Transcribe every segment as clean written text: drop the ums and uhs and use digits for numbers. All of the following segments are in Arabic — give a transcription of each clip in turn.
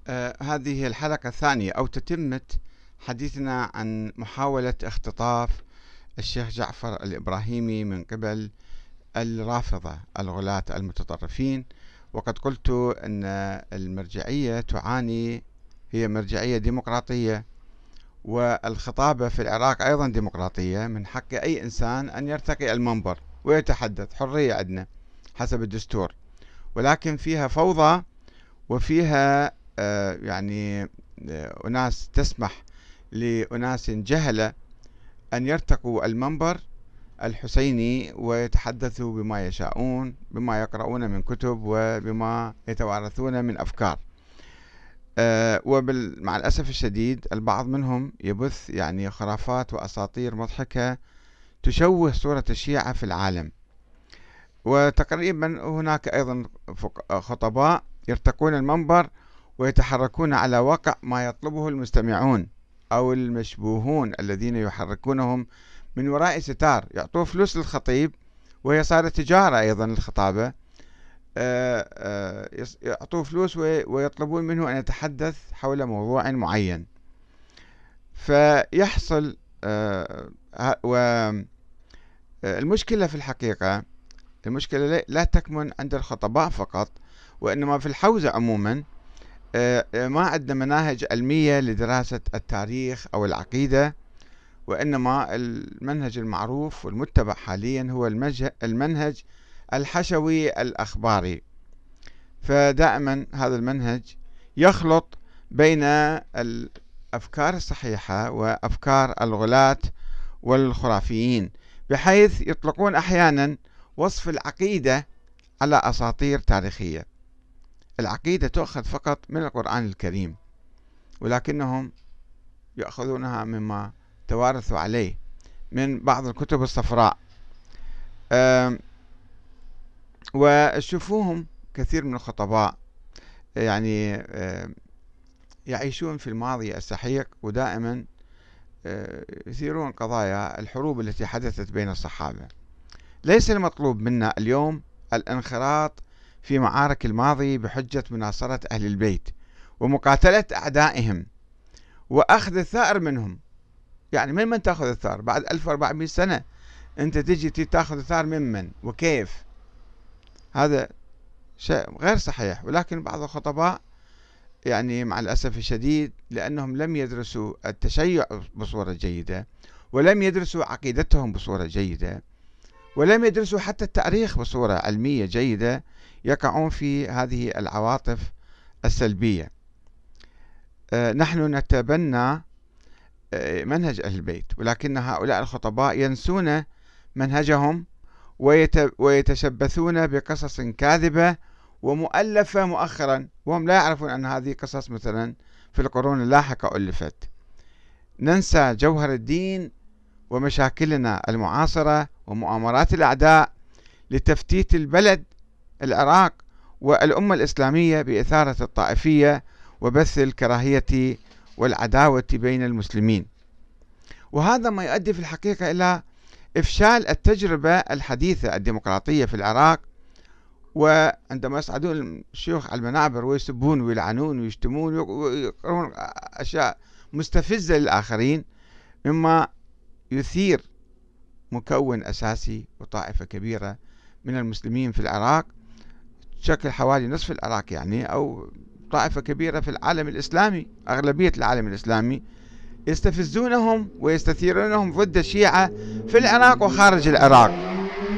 هذه الحلقة الثانية أو تتمة حديثنا عن محاولة اختطاف الشيخ جعفر الإبراهيمي من قبل الرافضة الغلاة المتطرفين. وقد قلت أن المرجعية تعاني، هي مرجعية ديمقراطية، والخطابة في العراق أيضا ديمقراطية. من حق أي إنسان أن يرتقي المنبر ويتحدث، حرية عندنا حسب الدستور، ولكن فيها فوضى وفيها أناس تسمح لأناس جهلة أن يرتقوا المنبر الحسيني ويتحدثوا بما يشاءون، بما يقرؤون من كتب وبما يتوارثون من أفكار. ومع الأسف الشديد البعض منهم يبث خرافات وأساطير مضحكة تشوه صورة الشيعة في العالم. وتقريبا هناك أيضا خطباء يرتقون المنبر ويتحركون على وقع ما يطلبه المستمعون أو المشبوهون الذين يحركونهم من وراء ستار، يعطوه فلوس للخطيب، وهي صارت تجارة أيضا الخطابة. يعطوه فلوس ويطلبون منه أن يتحدث حول موضوع معين، فيحصل والمشكلة في الحقيقة، المشكلة لا تكمن عند الخطباء فقط، وإنما في الحوزة عموما. ما عندنا مناهج علمية لدراسة التاريخ أو العقيدة، وإنما المنهج المعروف والمتبع حاليا هو المنهج الحشوي الأخباري. فدائما هذا المنهج يخلط بين الأفكار الصحيحة وأفكار الغلاة والخرافيين، بحيث يطلقون أحيانا وصف العقيدة على أساطير تاريخية. العقيدة تؤخذ فقط من القرآن الكريم، ولكنهم يأخذونها مما توارثوا عليه من بعض الكتب الصفراء. وشوفوهم كثير من الخطباء يعيشون في الماضي السحيق، ودائما يثيرون قضايا الحروب التي حدثت بين الصحابة. ليس المطلوب منا اليوم الانخراط في معارك الماضي بحجة مناصرة أهل البيت ومقاتلة أعدائهم وأخذ الثأر منهم. من تأخذ الثأر بعد 1400 سنة؟ أنت تجي تأخذ الثأر من وكيف؟ هذا شيء غير صحيح. ولكن بعض الخطباء مع الأسف الشديد، لأنهم لم يدرسوا التشيع بصورة جيدة، ولم يدرسوا عقيدتهم بصورة جيدة، ولم يدرسوا حتى التاريخ بصورة علمية جيدة، يقعون في هذه العواطف السلبية. نحن نتبنى منهج أهل البيت، ولكن هؤلاء الخطباء ينسون منهجهم ويتشبثون بقصص كاذبة ومؤلفة مؤخرا، وهم لا يعرفون أن هذه قصص مثلا في القرون اللاحقة ألفت. ننسى جوهر الدين ومشاكلنا المعاصرة ومؤامرات الأعداء لتفتيت البلد العراق والأمة الإسلامية بإثارة الطائفية وبث الكراهية والعداوة بين المسلمين. وهذا ما يؤدي في الحقيقة إلى إفشال التجربة الحديثة الديمقراطية في العراق. وعندما يصعدون الشيوخ على المنابر ويسبون ويلعنون ويشتمون ويقولون أشياء مستفزة للآخرين، مما يثير مكون أساسي وطائفة كبيرة من المسلمين في العراق، تشكل حوالي نصف العراق أو طائفة كبيرة في العالم الإسلامي، أغلبية العالم الإسلامي، يستفزونهم ويستثيرونهم ضد الشيعة في العراق وخارج العراق،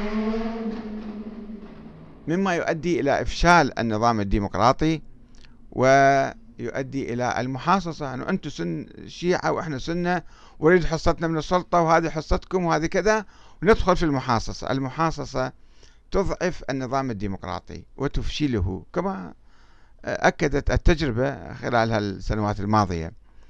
مما يؤدي إلى إفشال النظام الديمقراطي ويؤدي إلى المحاصصة، أنه أنتم شيعة وإحنا سنة، وريد حصتنا من السلطة وهذه حصتكم وهذه كذا، وندخل في المحاصصة. المحاصصة تضعف النظام الديمقراطي وتفشله، كما أكدت التجربة خلال السنوات الماضية.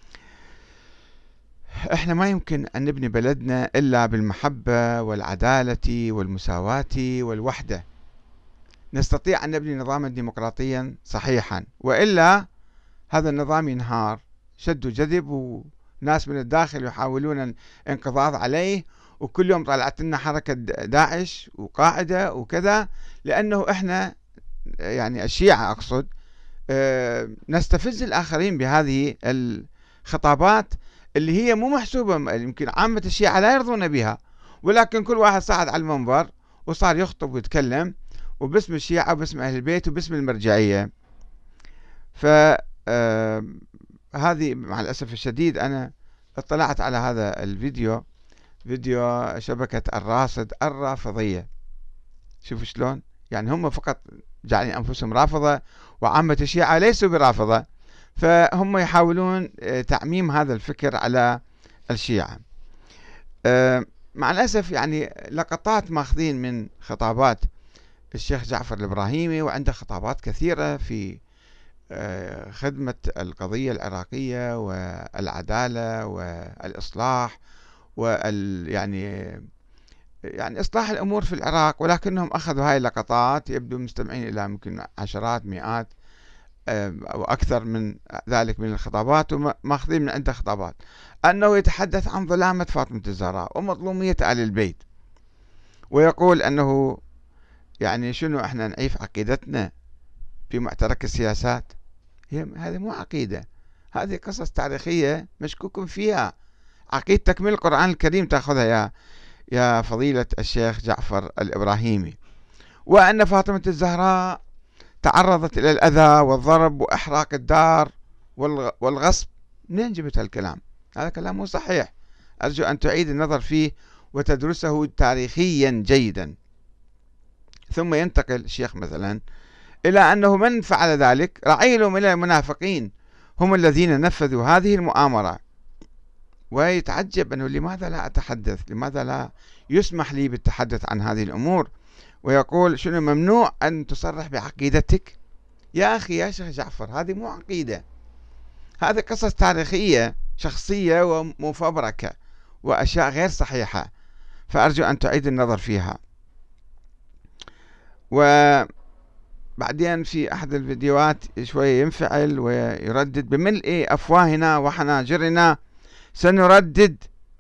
احنا ما يمكن أن نبني بلدنا إلا بالمحبة والعدالة والمساواة والوحدة. نستطيع أن نبني نظاما ديمقراطيا صحيحا، وإلا هذا النظام ينهار شد وجذب، وناس من الداخل يحاولون الانقضاض عليه، وكل يوم طلعت لنا حركة داعش وقاعدة وكذا، لأنه احنا الشيعة أقصد نستفز الآخرين بهذه الخطابات اللي هي مو محسوبة. يمكن عامة الشيعة لا يرضون بها، ولكن كل واحد صعد على المنبر وصار يخطب ويتكلم وباسم الشيعة وباسم أهل البيت وباسم المرجعية. هذه مع الأسف الشديد أنا اطلعت على هذا الفيديو، فيديو شبكة الراصد الرافضية. شوفوا شلون يعني هم فقط جعلين أنفسهم رافضة، وعامة الشيعة ليسوا برافضة، فهم يحاولون تعميم هذا الفكر على الشيعة. مع الأسف يعني لقطات ماخذين من خطابات الشيخ جعفر الإبراهيمي، وعنده خطابات كثيرة في خدمة القضية العراقية والعدالة والإصلاح يعني إصلاح الأمور في العراق، ولكنهم أخذوا هاي اللقطات، يبدو مستمعين إلى ممكن عشرات مئات أو أكثر من ذلك من الخطابات، وماخذين من عنده خطابات أنه يتحدث عن ظلامة فاطمة الزهراء ومظلومية آل البيت، ويقول أنه يعني شنو احنا نعيف عقيدتنا في معترك السياسات. هذه مو عقيدة، هذه قصص تاريخية مشكوك فيها. عقيدتك من القرآن الكريم تأخذها يا فضيلة الشيخ جعفر الإبراهيمي. وأن فاطمة الزهراء تعرضت إلى الأذى والضرب وإحراق الدار والغصب. منين جبت هالكلام؟ هذا كلام مو صحيح، أرجو أن تعيد النظر فيه وتدرسه تاريخيا جيدا. ثم ينتقل الشيخ مثلا إلى أنه من فعل ذلك رعيل من المنافقين هم الذين نفذوا هذه المؤامرة، ويتعجب أنه لماذا لا أتحدث، لماذا لا يسمح لي بالتحدث عن هذه الأمور، ويقول شنو ممنوع أن تصرح بعقيدتك. يا أخي يا شيخ جعفر، هذه مو عقيدة، هذه قصص تاريخية شخصية ومفبركة وأشياء غير صحيحة، فأرجو أن تعيد النظر فيها. وبعدين في أحد الفيديوهات شوية ينفعل ويردد بملء أفواهنا وحناجرنا سنردد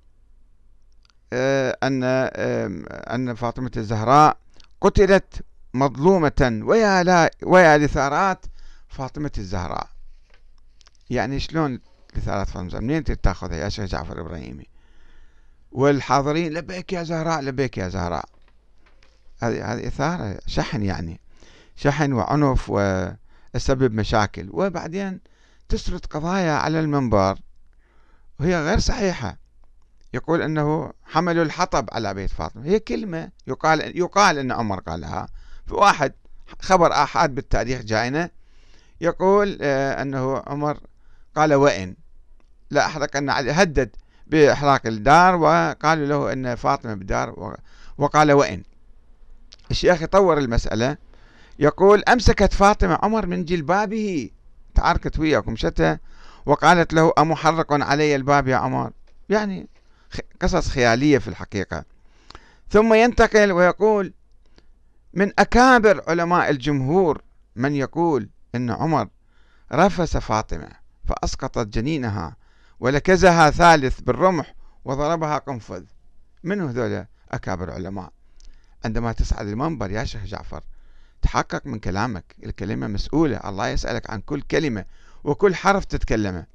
أن فاطمة الزهراء قتلت مظلومة، ويا لثارات فاطمة الزهراء. يعني شلون لثارات فاطمة الزهراء؟ منين تتاخذها يا شيخ جعفر الإبراهيمي؟ والحاضرين لبيك يا زهراء، لبيك يا زهراء. هذه إثارة، شحن، يعني شحن وعنف وسبب مشاكل، وبعدين تسرد قضايا على المنبر وهي غير صحيحة. يقول أنه حملوا الحطب على بيت فاطمة، هي كلمة يقال أن عمر قالها. في واحد خبر آحاد بالتاريخ جاينا يقول أنه عمر قال وإن لا أحرق، أن علي هدد بإحراق الدار، وقالوا له أن فاطمة بالدار وقال وإن. الشيخ يطور المسألة، يقول أمسكت فاطمة عمر من جلبابه، تعاركت وياكم شتى، وقالت له أمحرق علي الباب يا عمر. يعني قصص خيالية في الحقيقة. ثم ينتقل ويقول من أكابر علماء الجمهور من يقول أن عمر رفس فاطمة فأسقطت جنينها ولكزها ثالث بالرمح وضربها قنفذ. من هذول أكابر علماء؟ عندما تصعد المنبر يا شيخ جعفر تحقق من كلامك، الكلمة مسؤولة، الله يسألك عن كل كلمة وكل حرف تتكلمه.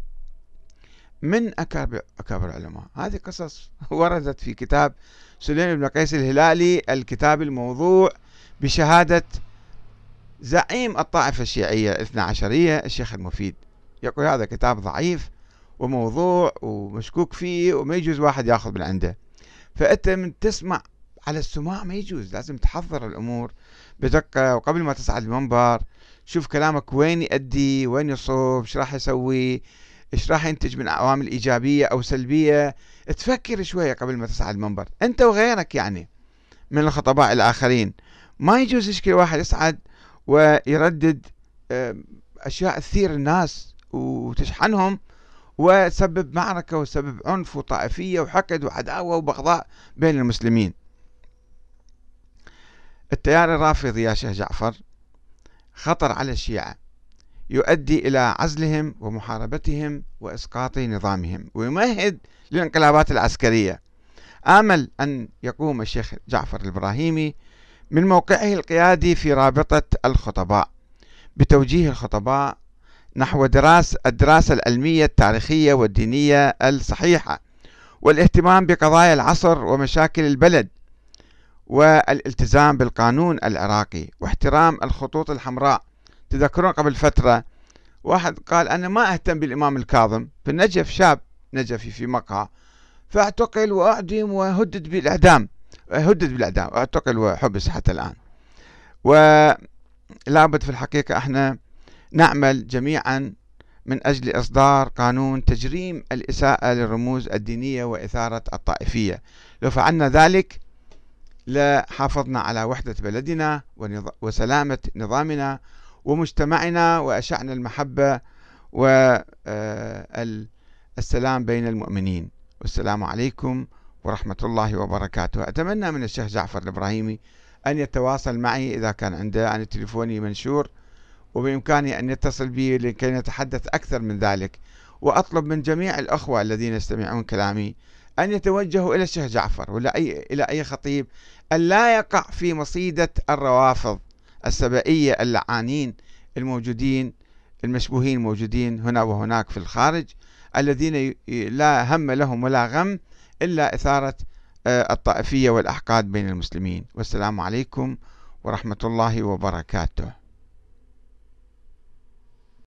من أكابر العلماء؟ هذه قصص وردت في كتاب سليم بن قيس الهلالي، الكتاب الموضوع بشهادة زعيم الطائفة الشيعية الاثنى عشرية الشيخ المفيد. يقول هذا كتاب ضعيف وموضوع ومشكوك فيه وما يجوز واحد ياخذ من عنده. فأنت من تسمع على السماع ما يجوز، لازم تحضر الأمور بدقة، وقبل ما تصعد المنبر شوف كلامك وين يؤدي، وين يصوب، ايش راح يسوي، ايش راح ينتج من عوامل إيجابية أو سلبية. تفكر شوية قبل ما تصعد المنبر أنت وغيرك يعني من الخطباء الآخرين. ما يجوز يشكي واحد يصعد ويردد أشياء تثير الناس وتشحنهم وتسبب معركة وتسبب عنف وطائفية وحقد وعداوة وبغضاء بين المسلمين. التيار الرافضي يا شيخ جعفر خطر على الشيعة، يؤدي إلى عزلهم ومحاربتهم وإسقاط نظامهم، ويمهد للانقلابات العسكرية. آمل أن يقوم الشيخ جعفر الإبراهيمي من موقعه القيادي في رابطة الخطباء بتوجيه الخطباء نحو الدراسة العلمية التاريخية والدينية الصحيحة، والاهتمام بقضايا العصر ومشاكل البلد، والالتزام بالقانون العراقي واحترام الخطوط الحمراء. تذكرون قبل فترة واحد قال أنا ما أهتم بالإمام الكاظم في النجف، شاب نجفي في مقهى، فاعتقل وأعدم وهدد بالإعدام، اعتقل وحبس حتى الآن. ولابد في الحقيقة احنا نعمل جميعا من أجل إصدار قانون تجريم الإساءة للرموز الدينية وإثارة الطائفية. لو فعلنا ذلك لحافظنا على وحدة بلدنا وسلامة نظامنا ومجتمعنا، وأشعنا المحبة والسلام بين المؤمنين. والسلام عليكم ورحمة الله وبركاته. أتمنى من الشيخ جعفر الإبراهيمي أن يتواصل معي إذا كان عنده، أنا تليفوني منشور وبإمكاني أن يتصل بي لكي نتحدث أكثر من ذلك. وأطلب من جميع الأخوة الذين يستمعون كلامي أن يتوجهوا إلى الشيخ جعفر إلى أي خطيب، أن لا يقع في مصيدة الروافض السبائية اللعانين الموجودين المشبوهين موجودين هنا وهناك في الخارج، الذين لا هم لهم ولا غم إلا إثارة الطائفية والأحقاد بين المسلمين. والسلام عليكم ورحمة الله وبركاته.